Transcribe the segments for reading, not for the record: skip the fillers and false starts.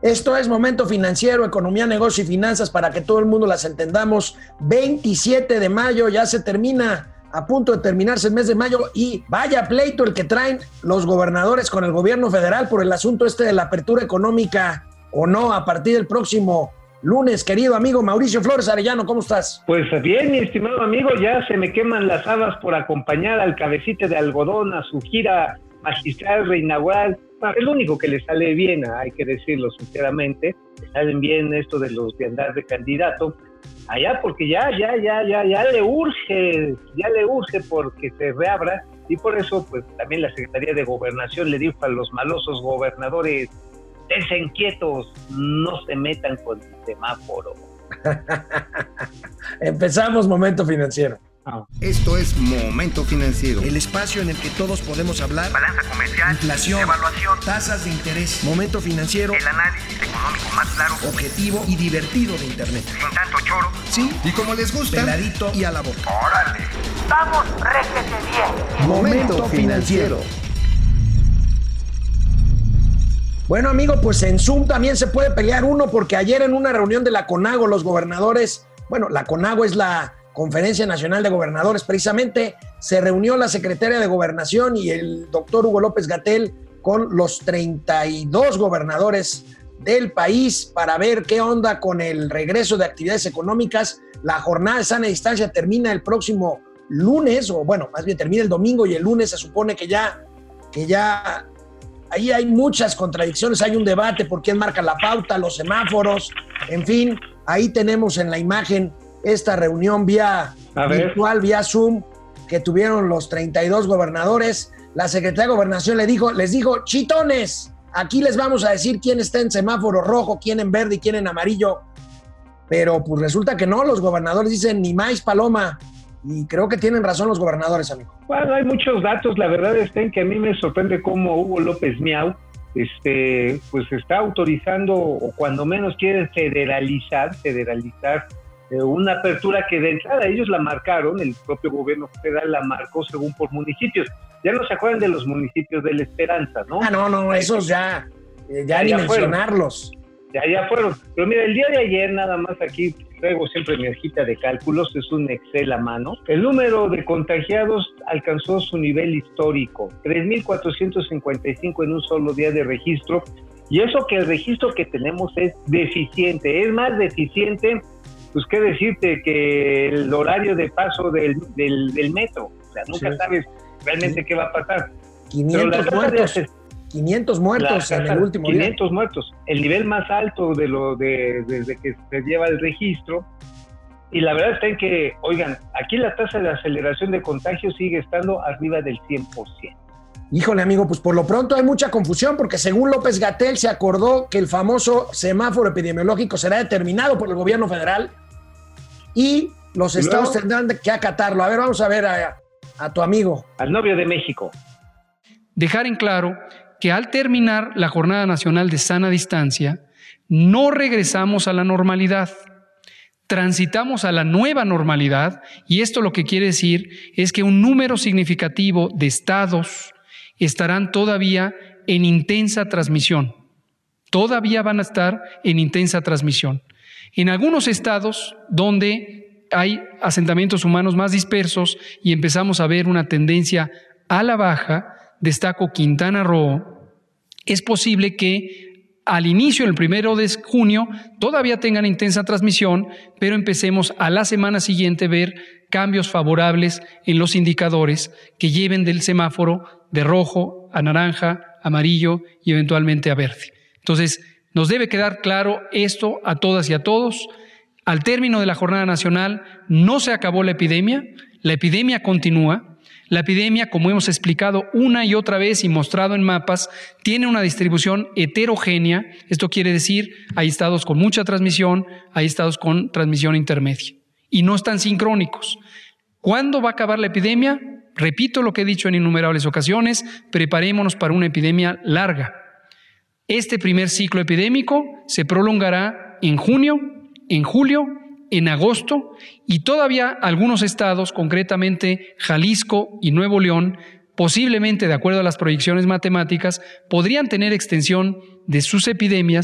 Esto es Momento Financiero, economía, negocio y finanzas para que todo el mundo las entendamos. 27 de mayo, ya se termina, a punto de terminarse el mes de mayo y vaya pleito el que traen los gobernadores con el gobierno federal por el asunto de la apertura económica o no a partir del próximo lunes. Querido amigo Mauricio Flores Arellano, ¿cómo estás? Pues bien, mi estimado amigo, ya se me queman las habas por acompañar al cabecita de algodón a su gira magistral reinaugural. Es lo único que le sale bien, hay que decirlo sinceramente, le salen bien esto de andar de candidato allá, porque ya le urge porque se reabra, y por eso pues también la Secretaría de Gobernación le dijo a los malosos gobernadores: "Dense inquietos, no se metan con el semáforo". Empezamos Momento Financiero. Esto es Momento Financiero, el espacio en el que todos podemos hablar. Balanza comercial, inflación, evaluación, tasas de interés. Momento Financiero, el análisis económico más claro, objetivo y divertido de Internet. Sin tanto choro. Sí, y como les gusta, peladito y a la boca. ¡Órale! ¡Vamos, réjete bien! Momento Financiero. Bueno, amigo, pues en Zoom también se puede pelear uno, porque ayer en una reunión de la CONAGO, los gobernadores, la CONAGO es la Conferencia Nacional de Gobernadores, precisamente se reunió la secretaria de Gobernación y el doctor Hugo López-Gatell con los 32 gobernadores del país para ver qué onda con el regreso de actividades económicas. La jornada de sana distancia termina el próximo lunes, o bueno, más bien termina el domingo, y el lunes se supone que ya ahí hay muchas contradicciones, hay un debate por quién marca la pauta, los semáforos, en fin, ahí tenemos en la imagen esta reunión virtual, vía Zoom, que tuvieron los 32 gobernadores. La Secretaría de Gobernación les dijo: chitones, aquí les vamos a decir quién está en semáforo rojo, quién en verde y quién en amarillo. Pero pues resulta que no, los gobernadores dicen ni más paloma, y creo que tienen razón los gobernadores, amigo. Bueno, hay muchos datos, la verdad es que a mí me sorprende cómo Hugo López Miau pues está autorizando, o cuando menos quieren federalizar una apertura que de entrada ellos la marcaron, el propio gobierno federal la marcó según por municipios. Ya no se acuerdan de los municipios de La Esperanza, ¿no? No, esos ya ni mencionarlos. Ya fueron. Pero mira, el día de ayer, nada más aquí traigo siempre mi hojita de cálculos, es un Excel a mano. El número de contagiados alcanzó su nivel histórico, 3,455 en un solo día de registro, y eso que el registro que tenemos es deficiente, es más deficiente, pues qué decirte, que el horario de paso del metro. O sea, nunca sabes realmente qué va a pasar. 500 muertos en el último día. 500 muertos, el nivel más alto desde que se lleva el registro. Y la verdad está en que, oigan, aquí la tasa de aceleración de contagio sigue estando arriba del 100%. Híjole, amigo, pues por lo pronto hay mucha confusión, porque según López-Gatell se acordó que el famoso semáforo epidemiológico será determinado por el gobierno federal y los estados tendrán que acatarlo. A ver, vamos a ver a tu amigo. Al novio de México. Dejar en claro que al terminar la Jornada Nacional de Sana Distancia, no regresamos a la normalidad, transitamos a la nueva normalidad, y esto lo que quiere decir es que un número significativo de estados estarán todavía en intensa transmisión. Todavía van a estar en intensa transmisión. En algunos estados donde hay asentamientos humanos más dispersos y empezamos a ver una tendencia a la baja, destaco Quintana Roo, es posible que al inicio, el 1 de junio, todavía tengan intensa transmisión, pero empecemos a la semana siguiente ver cambios favorables en los indicadores que lleven del semáforo de rojo a naranja, amarillo y eventualmente a verde. Entonces, nos debe quedar claro esto a todas y a todos. Al término de la Jornada Nacional no se acabó la epidemia continúa. La epidemia, como hemos explicado una y otra vez y mostrado en mapas, tiene una distribución heterogénea. Esto quiere decir, hay estados con mucha transmisión, hay estados con transmisión intermedia, y no están sincrónicos. ¿Cuándo va a acabar la epidemia? Repito lo que he dicho en innumerables ocasiones: preparémonos para una epidemia larga. Este primer ciclo epidémico se prolongará en junio, en julio, en agosto, y todavía algunos estados, concretamente Jalisco y Nuevo León, posiblemente de acuerdo a las proyecciones matemáticas, podrían tener extensión de sus epidemias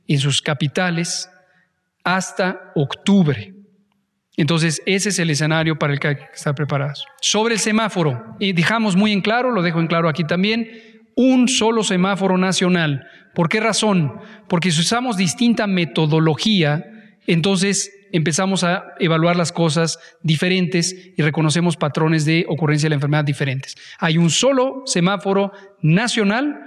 en sus capitales hasta octubre. Entonces, ese es el escenario para el que hay que estar preparados. Sobre el semáforo, y dejamos muy en claro, lo dejo en claro aquí también, un solo semáforo nacional. ¿Por qué razón? Porque si usamos distinta metodología, entonces empezamos a evaluar las cosas diferentes y reconocemos patrones de ocurrencia de la enfermedad diferentes. Hay un solo semáforo nacional.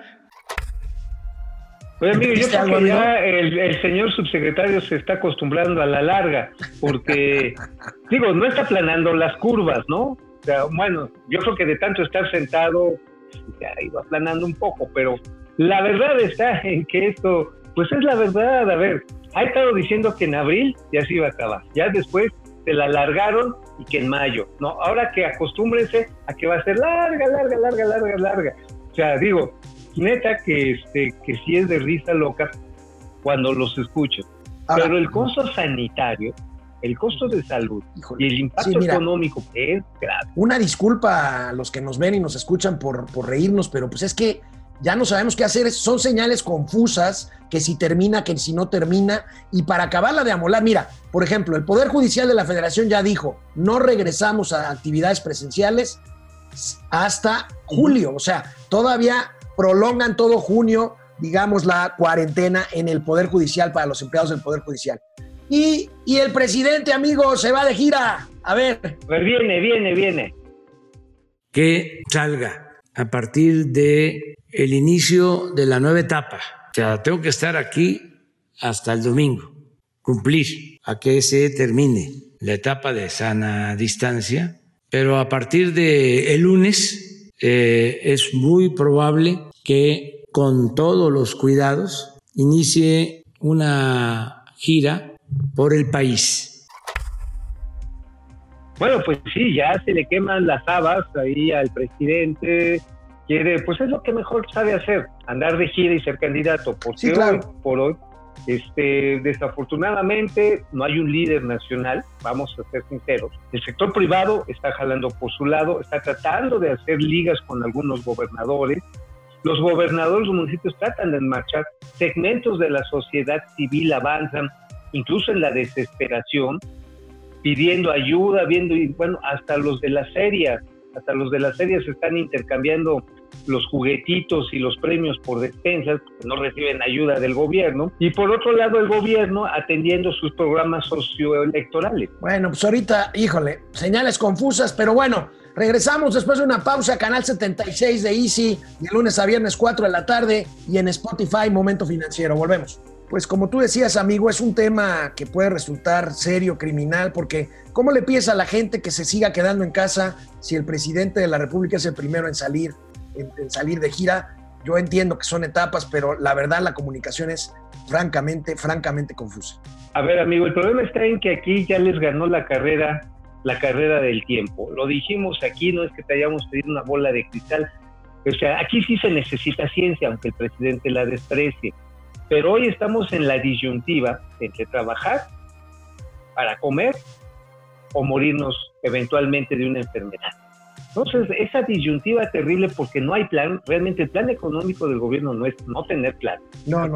Oye, amigo, yo creo que ya el señor subsecretario se está acostumbrando a la larga, porque, digo, no está aplanando las curvas, ¿no? O sea, bueno, yo creo que de tanto estar sentado, ya ha ido aplanando un poco, pero la verdad está en que esto, pues es la verdad. A ver, ha estado diciendo que en abril ya se iba a acabar, ya después se la alargaron y que en mayo, ¿no? Ahora que acostúmbrense a que va a ser larga. O sea, digo, neta que sí es de risa loca cuando los escucho. Ahora, pero el costo sanitario, el costo de salud, híjole, y el impacto económico es grave. Una disculpa a los que nos ven y nos escuchan por reírnos, pero pues es que ya no sabemos qué hacer. Son señales confusas, que si termina, que si no termina. Y para acabarla de amolar, mira, por ejemplo, el Poder Judicial de la Federación ya dijo, no regresamos a actividades presenciales hasta julio. O sea, todavía prolongan todo junio, digamos, la cuarentena en el Poder Judicial para los empleados del Poder Judicial. Y el presidente, amigo, se va de gira. A ver. Pues viene. Que salga a partir de el inicio de la nueva etapa. O sea, tengo que estar aquí hasta el domingo, cumplir a que se termine la etapa de sana distancia, pero a partir de el lunes es muy probable que con todos los cuidados inicie una gira por el país. Bueno, pues sí, ya se le queman las habas ahí al presidente. Quiere, pues es lo que mejor sabe hacer, andar de gira y ser candidato, porque sí, claro, hoy por hoy, desafortunadamente no hay un líder nacional, vamos a ser sinceros. El sector privado está jalando por su lado, está tratando de hacer ligas con algunos gobernadores. Los gobernadores de los municipios tratan de enmarchar, segmentos de la sociedad civil avanzan, incluso en la desesperación, pidiendo ayuda, y bueno, hasta los de las ferias están intercambiando los juguetitos y los premios por despensas, que no reciben ayuda del gobierno, y por otro lado el gobierno atendiendo sus programas socioelectorales. Bueno, pues ahorita, híjole, señales confusas, pero bueno, regresamos después de una pausa, canal 76 de Easy, de lunes a viernes 4 de la tarde, y en Spotify, Momento Financiero. Volvemos. Pues como tú decías, amigo, es un tema que puede resultar serio, criminal, porque ¿cómo le pides a la gente que se siga quedando en casa si el presidente de la República es el primero en salir de gira? Yo entiendo que son etapas, pero la verdad la comunicación es francamente confusa. A ver, amigo, el problema está en que aquí ya les ganó la carrera del tiempo. Lo dijimos aquí, no es que te hayamos pedido una bola de cristal. O sea, aquí sí se necesita ciencia, aunque el presidente la desprecie. Pero hoy estamos en la disyuntiva entre trabajar para comer o morirnos eventualmente de una enfermedad. Entonces, esa disyuntiva terrible porque no hay plan. Realmente el plan económico del gobierno no es no tener plan. No.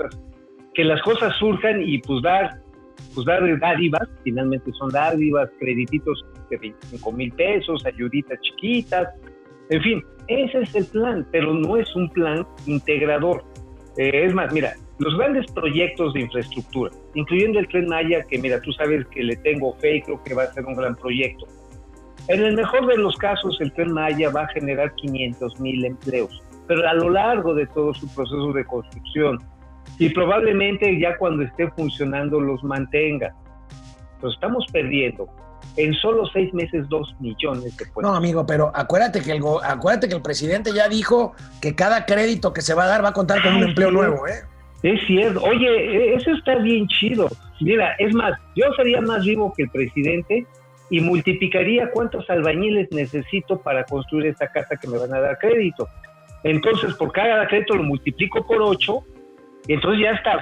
Que las cosas surjan y pues dar dádivas, finalmente son dádivas, credititos de 25,000 pesos, ayuditas chiquitas, en fin, ese es el plan, pero no es un plan integrador. Es más, mira, los grandes proyectos de infraestructura, incluyendo el Tren Maya, que mira, tú sabes que le tengo fe y creo que va a ser un gran proyecto. En el mejor de los casos, el Tren Maya va a generar 500,000 empleos, pero a lo largo de todo su proceso de construcción, y probablemente ya cuando esté funcionando los mantenga. Lo estamos perdiendo. En solo 6 meses, 2 millones de puestos. No, amigo, pero acuérdate que el presidente ya dijo que cada crédito que se va a dar va a contar con un empleo nuevo, ¿eh? Es cierto. Oye, eso está bien chido. Mira, es más, yo sería más vivo que el presidente y multiplicaría cuántos albañiles necesito para construir esa casa que me van a dar crédito. Entonces, por cada crédito lo multiplico por 8 y entonces ya está.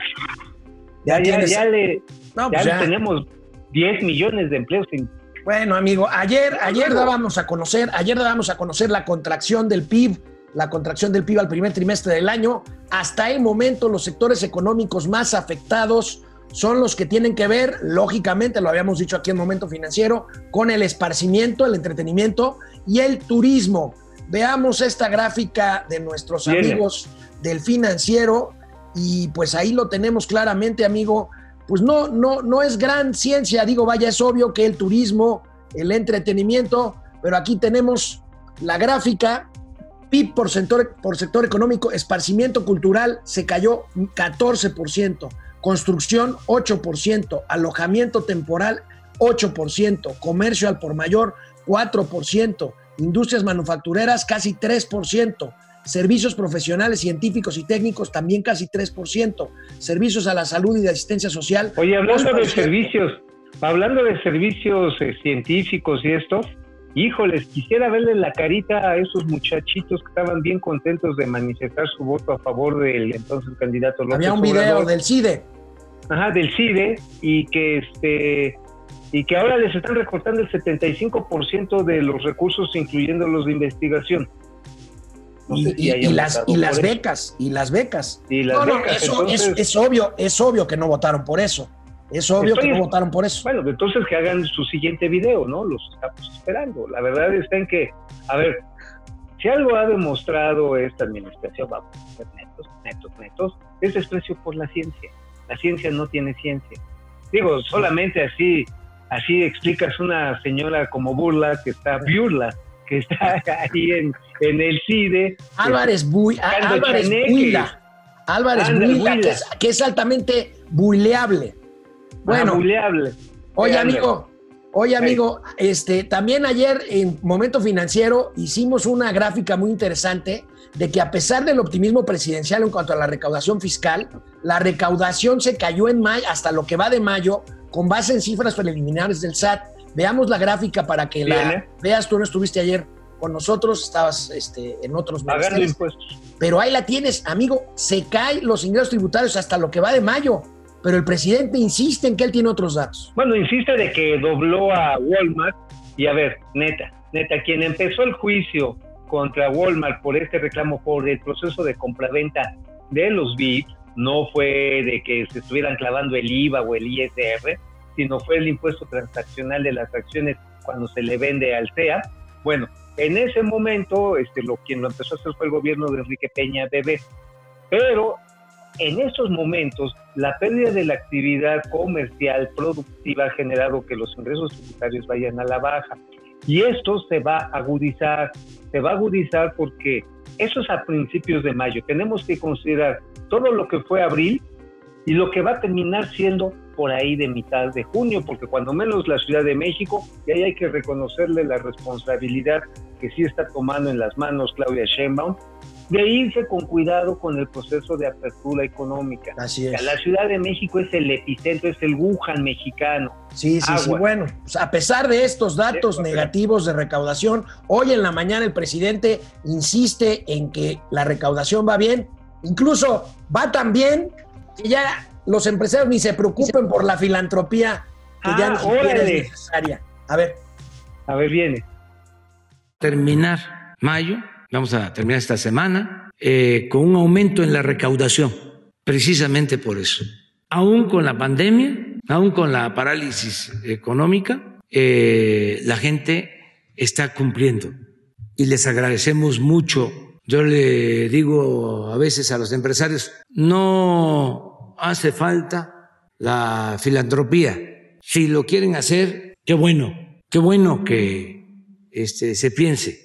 Ya le tenemos 10 millones de empleos. Bueno, amigo, ayer dábamos a conocer la contracción del PIB la contracción del PIB al primer trimestre del año. Hasta el momento, los sectores económicos más afectados son los que tienen que ver, lógicamente, lo habíamos dicho aquí en Momento Financiero, con el esparcimiento, el entretenimiento y el turismo. Veamos esta gráfica de nuestros amigos del Financiero y pues ahí lo tenemos claramente, amigo. Pues no es gran ciencia, digo, vaya, es obvio que el turismo, el entretenimiento, pero aquí tenemos la gráfica. PIB por sector económico, esparcimiento cultural se cayó 14%, construcción 8%, alojamiento temporal 8%, comercio al por mayor 4%, industrias manufactureras casi 3%, servicios profesionales, científicos y técnicos también casi 3%, servicios a la salud y de asistencia social. Oye, hablando 2%. de servicios científicos y esto, híjoles, quisiera verle la carita a esos muchachitos que estaban bien contentos de manifestar su voto a favor del entonces candidato López Había un video Obrador. del CIDE. Ajá, del CIDE, y que ahora les están recortando el 75% de los recursos, incluyendo los de investigación. No sé si hayan las votado por becas, y las becas. Y las becas, eso entonces, es obvio que no votaron por eso. Es obvio que no votaron por eso. Bueno, entonces que hagan su siguiente video, ¿no? Los estamos esperando. La verdad está en que, a ver, si algo ha demostrado esta administración, vamos a ser netos, es desprecio por la ciencia. La ciencia no tiene ciencia. Digo, solamente así explicas una señora como Burla, que está ahí en el CIDE. Álvarez Buila, que es altamente buileable. Bueno, buleable. Oye, amigo, también ayer en Momento Financiero hicimos una gráfica muy interesante de que a pesar del optimismo presidencial en cuanto a la recaudación fiscal, la recaudación se cayó en mayo, hasta lo que va de mayo, con base en cifras preliminares del SAT. Veamos la gráfica para que la veas. Tú no estuviste ayer con nosotros, estabas en otros pagando impuestos. Pero ahí la tienes, amigo, se caen los ingresos tributarios hasta lo que va de mayo. Pero el presidente insiste en que él tiene otros datos. Bueno, insiste de que dobló a Walmart. Y a ver, neta, quien empezó el juicio contra Walmart por este reclamo por el proceso de compraventa de los VIPs, no fue de que se estuvieran clavando el IVA o el ISR, sino fue el impuesto transaccional de las acciones cuando se le vende al CEA. Bueno, en ese momento, quien lo empezó a hacer fue el gobierno de Enrique Peña Bebé. Pero en esos momentos, la pérdida de la actividad comercial productiva ha generado que los ingresos tributarios vayan a la baja. Y esto se va a agudizar porque eso es a principios de mayo. Tenemos que considerar todo lo que fue abril y lo que va a terminar siendo por ahí de mitad de junio, porque cuando menos la Ciudad de México, y ahí hay que reconocerle la responsabilidad que sí está tomando en las manos Claudia Sheinbaum, de irse con cuidado con el proceso de apertura económica. Así es. La Ciudad de México es el epicentro, es el Wuhan mexicano. Sí. Bueno, pues a pesar de estos datos negativos de recaudación, hoy en la mañana el presidente insiste en que la recaudación va bien, incluso va tan bien que ya los empresarios ni se preocupen por la filantropía que ya ni siquiera es necesaria. A ver, viene. Terminar mayo. Vamos a terminar esta semana con un aumento en la recaudación, precisamente por eso. Aún con la pandemia, aún con la parálisis económica, la gente está cumpliendo y les agradecemos mucho. Yo le digo a veces a los empresarios, no hace falta la filantropía. Si lo quieren hacer, qué bueno que se piense.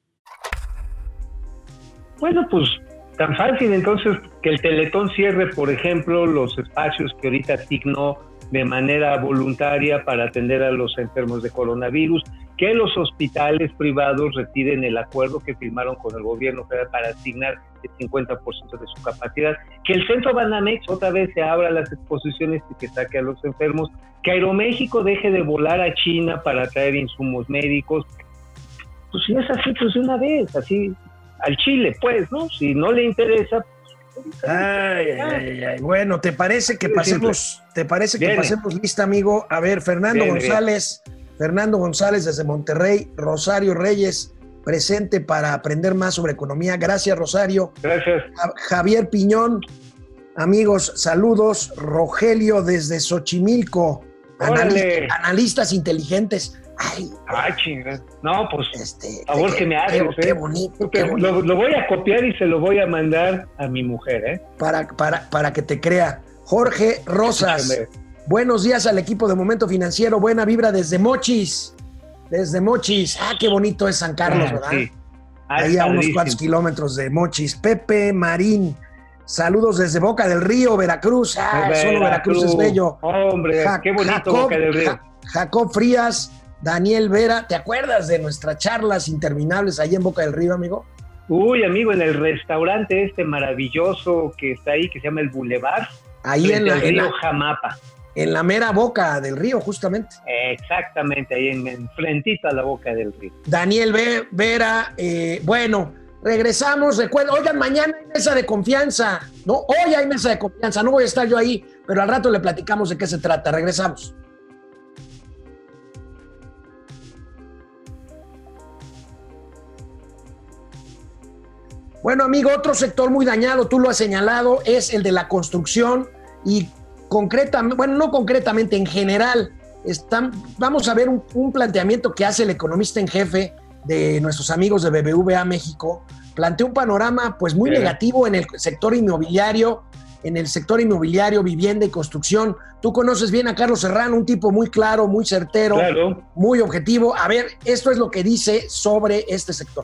Bueno, pues tan fácil entonces que el Teletón cierre, por ejemplo, los espacios que ahorita asignó de manera voluntaria para atender a los enfermos de coronavirus, que los hospitales privados retiren el acuerdo que firmaron con el gobierno federal para asignar el 50% de su capacidad, que el centro Banamex otra vez se abra las exposiciones y que saque a los enfermos, que Aeroméxico deje de volar a China para traer insumos médicos. Pues si es así, pues de una vez, así al Chile, pues, ¿no? Si no le interesa. Ay. Bueno, ¿te parece que pasemos lista, amigo? A ver, Fernando González desde Monterrey, Rosario Reyes, presente para aprender más sobre economía. Gracias, Rosario. Gracias. Javier Piñón, amigos, saludos. Rogelio desde Xochimilco, analistas inteligentes. Ay, chinga. No, pues, favor que me haces. haces. Qué bonito, qué bonito. Lo voy a copiar y se lo voy a mandar a mi mujer, ¿eh? Para que te crea. Jorge Rosas, buenos días al equipo de Momento Financiero. Buena vibra desde Mochis. Desde Mochis. Qué bonito es San Carlos, ¿verdad? Sí. Ahí a unos cuantos kilómetros de Mochis. Pepe Marín, saludos desde Boca del Río, Veracruz. Solo Veracruz es bello. Hombre, qué bonito Boca del Río. Jacob Frías, Daniel Vera, ¿te acuerdas de nuestras charlas interminables ahí en Boca del Río, amigo? Uy, amigo, en el restaurante maravilloso que está ahí, que se llama el Boulevard. Ahí en el río Jamapa. En la mera boca del río, justamente. Exactamente, ahí en frentito a la boca del río. Daniel Vera, bueno, regresamos. Recuerden, oigan, mañana hay mesa de confianza. No, hoy hay mesa de confianza. No voy a estar yo ahí, pero al rato le platicamos de qué se trata. Regresamos. Bueno, amigo, otro sector muy dañado, tú lo has señalado, es el de la construcción y concretamente, bueno, no concretamente, en general, vamos a ver un planteamiento que hace el economista en jefe de nuestros amigos de BBVA México. Plantea un panorama pues muy negativo en el sector inmobiliario, vivienda y construcción. Tú conoces bien a Carlos Serrano, un tipo muy claro, muy certero, muy objetivo. A ver, esto es lo que dice sobre este sector.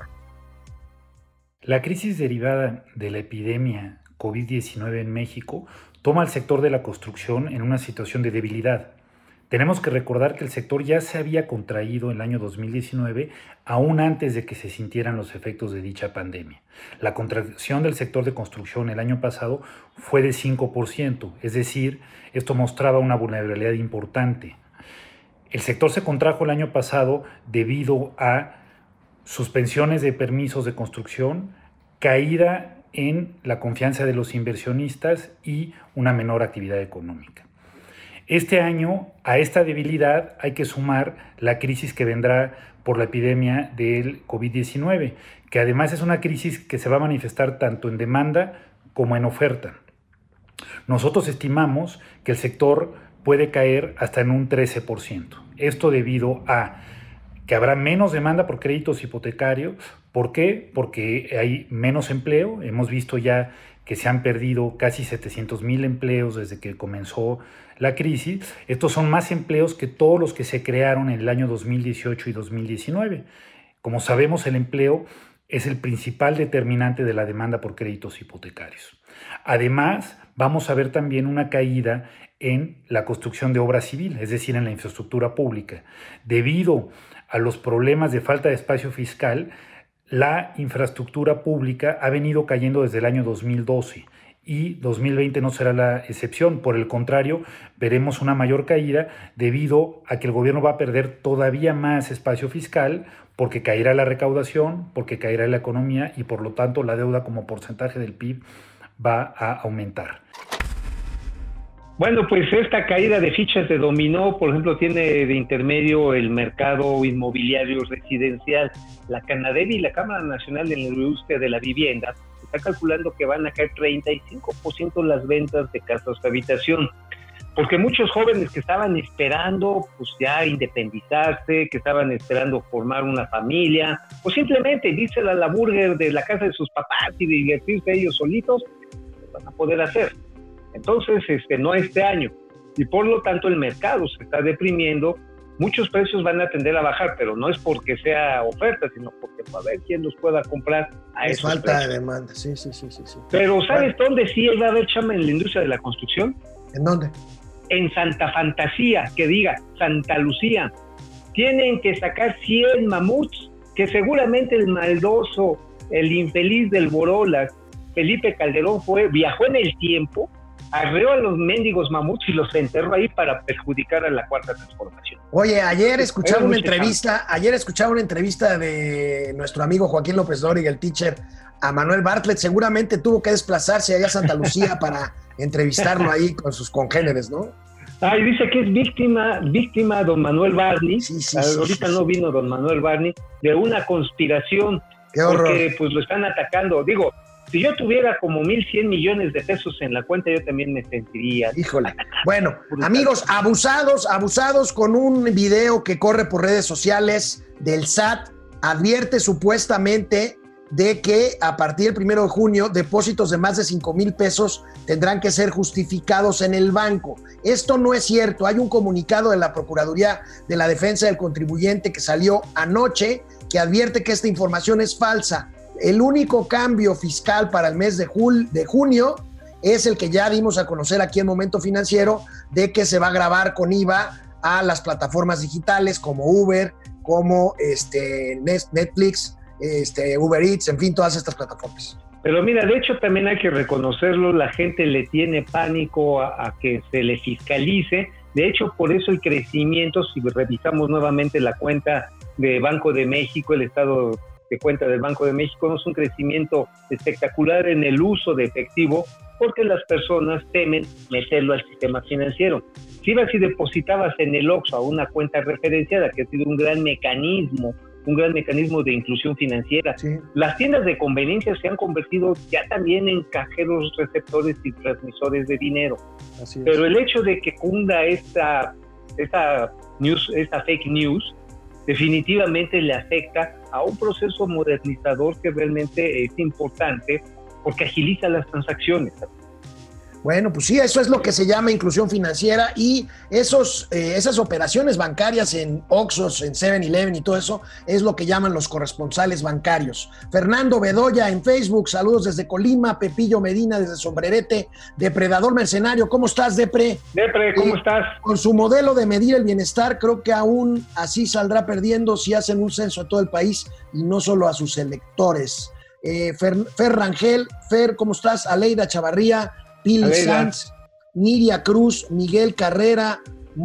La crisis derivada de la epidemia COVID-19 en México toma al sector de la construcción en una situación de debilidad. Tenemos que recordar que el sector ya se había contraído en el año 2019, aún antes de que se sintieran los efectos de dicha pandemia. La contracción del sector de construcción el año pasado fue de 5%, es decir, esto mostraba una vulnerabilidad importante. El sector se contrajo el año pasado debido a suspensiones de permisos de construcción, caída en la confianza de los inversionistas y una menor actividad económica. Este año, a esta debilidad hay que sumar la crisis que vendrá por la epidemia del COVID-19, que además es una crisis que se va a manifestar tanto en demanda como en oferta. Nosotros estimamos que el sector puede caer hasta en un 13%. Esto debido a que habrá menos demanda por créditos hipotecarios. ¿Por qué? Porque hay menos empleo. Hemos visto ya que se han perdido casi 700,000 empleos desde que comenzó la crisis. Estos son más empleos que todos los que se crearon en el año 2018 y 2019. Como sabemos, el empleo es el principal determinante de la demanda por créditos hipotecarios. Además, vamos a ver también una caída en la construcción de obra civil, es decir, en la infraestructura pública. Debido a los problemas de falta de espacio fiscal, la infraestructura pública ha venido cayendo desde el año 2012 y 2020 no será la excepción. Por el contrario, veremos una mayor caída debido a que el gobierno va a perder todavía más espacio fiscal porque caerá la recaudación, porque caerá la economía y por lo tanto la deuda como porcentaje del PIB va a aumentar. Bueno, pues esta caída de fichas de dominó, por ejemplo, tiene de intermedio el mercado inmobiliario residencial. La Canadevi y la Cámara Nacional de la Industria de la Vivienda está calculando que van a caer 35% las ventas de casas de habitación, porque muchos jóvenes que estaban esperando pues ya independizarse, que estaban esperando formar una familia, o simplemente irse a la burger de la casa de sus papás y divertirse ellos solitos, lo van a poder hacer. Entonces, no este año, y por lo tanto el mercado se está deprimiendo. Muchos precios van a tender a bajar, pero no es porque sea oferta, sino porque para ver quién los pueda comprar a esos falta precios. De demanda, sí. Pero ¿sabes dónde sí va a haber chamba en la industria de la construcción? ¿En dónde? En Santa Fantasía, que diga Santa Lucía. Tienen que sacar 100 mamuts, que seguramente el maldoso, el infeliz del Borolas, Felipe Calderón viajó en el tiempo, arreó a los mendigos mamuts y los enterró ahí para perjudicar a la Cuarta Transformación. Oye, ayer escuchaba una entrevista de nuestro amigo Joaquín López Dóriga, el teacher, a Manuel Bartlett. Seguramente tuvo que desplazarse allá a Santa Lucía para entrevistarlo ahí con sus congéneres, ¿no? Ay, dice que es víctima don Manuel Barney. Ahorita no vino don Manuel Barney, de una conspiración. Qué horror. Porque pues lo están atacando. Digo, si yo tuviera como 1,100 millones de pesos en la cuenta, yo también me sentiría. Híjole. Bueno, amigos, abusados con un video que corre por redes sociales del SAT, advierte supuestamente de que a partir del 1 de junio depósitos de más de 5,000 pesos tendrán que ser justificados en el banco. Esto no es cierto. Hay un comunicado de la Procuraduría de la Defensa del Contribuyente que salió anoche que advierte que esta información es falsa. El único cambio fiscal para el mes de junio es el que ya dimos a conocer aquí en Momento Financiero, de que se va a grabar con IVA a las plataformas digitales como Uber, como Netflix, Uber Eats, en fin, todas estas plataformas. Pero mira, de hecho también hay que reconocerlo, la gente le tiene pánico a que se le fiscalice. De hecho, por eso el crecimiento, si revisamos nuevamente la cuenta de Banco de México, el estado de cuenta del Banco de México, no es un crecimiento espectacular en el uso de efectivo, porque las personas temen meterlo al sistema financiero. Si ibas y depositabas en el Oxxo a una cuenta referenciada, que ha sido un gran mecanismo de inclusión financiera. Sí. Las tiendas de conveniencia se han convertido ya también en cajeros receptores y transmisores de dinero. Así es. Pero el hecho de que cunda esta fake news definitivamente le afecta a un proceso modernizador que realmente es importante porque agiliza las transacciones. Bueno, pues sí, eso es lo que se llama inclusión financiera, y esas operaciones bancarias en Oxxos, en 7-Eleven y todo eso es lo que llaman los corresponsales bancarios. Fernando Bedoya en Facebook, saludos desde Colima. Pepillo Medina desde Sombrerete. Depredador Mercenario, ¿cómo estás, Depre? Depre, ¿cómo estás? Con su modelo de medir el bienestar, creo que aún así saldrá perdiendo si hacen un censo a todo el país y no solo a sus electores. Fer Rangel, Fer, ¿cómo estás? Aleida Chavarría, Pili Sanz, Nidia Cruz, Miguel Carrera,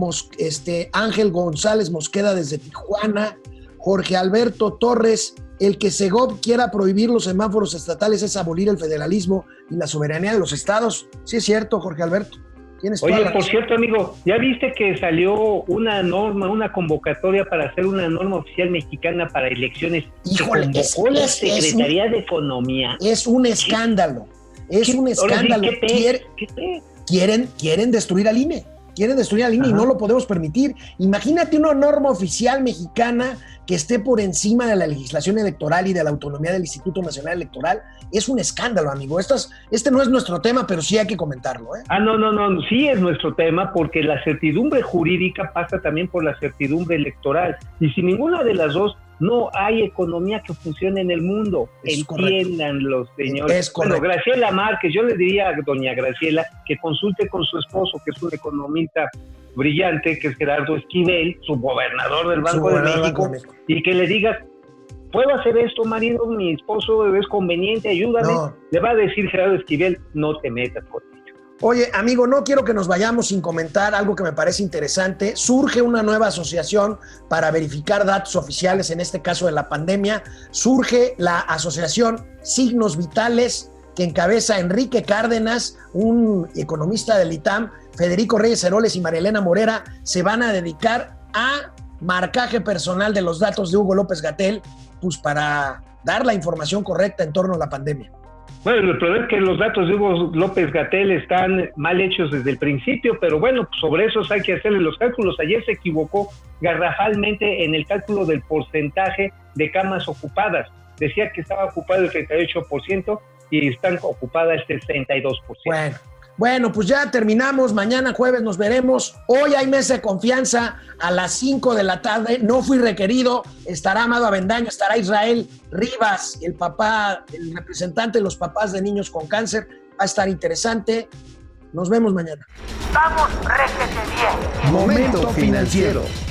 Ángel González Mosqueda desde Tijuana, Jorge Alberto Torres. El que Segov quiera prohibir los semáforos estatales es abolir el federalismo y la soberanía de los estados. Sí es cierto, Jorge Alberto. Oye, por cierto, amigo, ¿ya viste que salió una norma, una convocatoria para hacer una norma oficial mexicana para elecciones? Híjole, convocó la Secretaría de Economía. Es un escándalo. Es un escándalo. Quieren destruir al INE. Quieren destruir al INE. Ajá. Y no lo podemos permitir. Imagínate una norma oficial mexicana que esté por encima de la legislación electoral y de la autonomía del Instituto Nacional Electoral. Es un escándalo, amigo. Este no es nuestro tema, pero sí hay que comentarlo, ¿eh? No, sí es nuestro tema, porque la certidumbre jurídica pasa también por la certidumbre electoral. Y sin ninguna de las dos, no hay economía que funcione en el mundo. Entiendan los señores. Es correcto. Bueno, Graciela Márquez, yo le diría a doña Graciela que consulte con su esposo, que es un economista brillante, que es Gerardo Esquivel, subgobernador del Banco de México, y que le diga: ¿puedo hacer esto, marido? Mi esposo es conveniente, ayúdame. No. Le va a decir Gerardo Esquivel: no te metas con ello. Oye, amigo, no quiero que nos vayamos sin comentar algo que me parece interesante. Surge una nueva asociación para verificar datos oficiales, en este caso de la pandemia. Surge la asociación Signos Vitales, que encabeza Enrique Cárdenas, un economista del ITAM. Federico Reyes Heroles y Marielena Morera se van a dedicar a marcaje personal de los datos de Hugo López-Gatell, pues para dar la información correcta en torno a la pandemia. Bueno, el problema es que los datos de Hugo López-Gatell están mal hechos desde el principio, pero bueno, pues sobre esos hay que hacerle los cálculos. Ayer se equivocó garrafalmente en el cálculo del porcentaje de camas ocupadas. Decía que estaba ocupado el 38% y están ocupadas el 62%. Bueno, pues ya terminamos. Mañana jueves nos veremos. Hoy hay mesa de confianza a las 5 de la tarde. No fui requerido. Estará Amado Avendaño, estará Israel Rivas, el representante de los papás de niños con cáncer. Va a estar interesante. Nos vemos mañana. Vamos, réjete bien. Momento Financiero.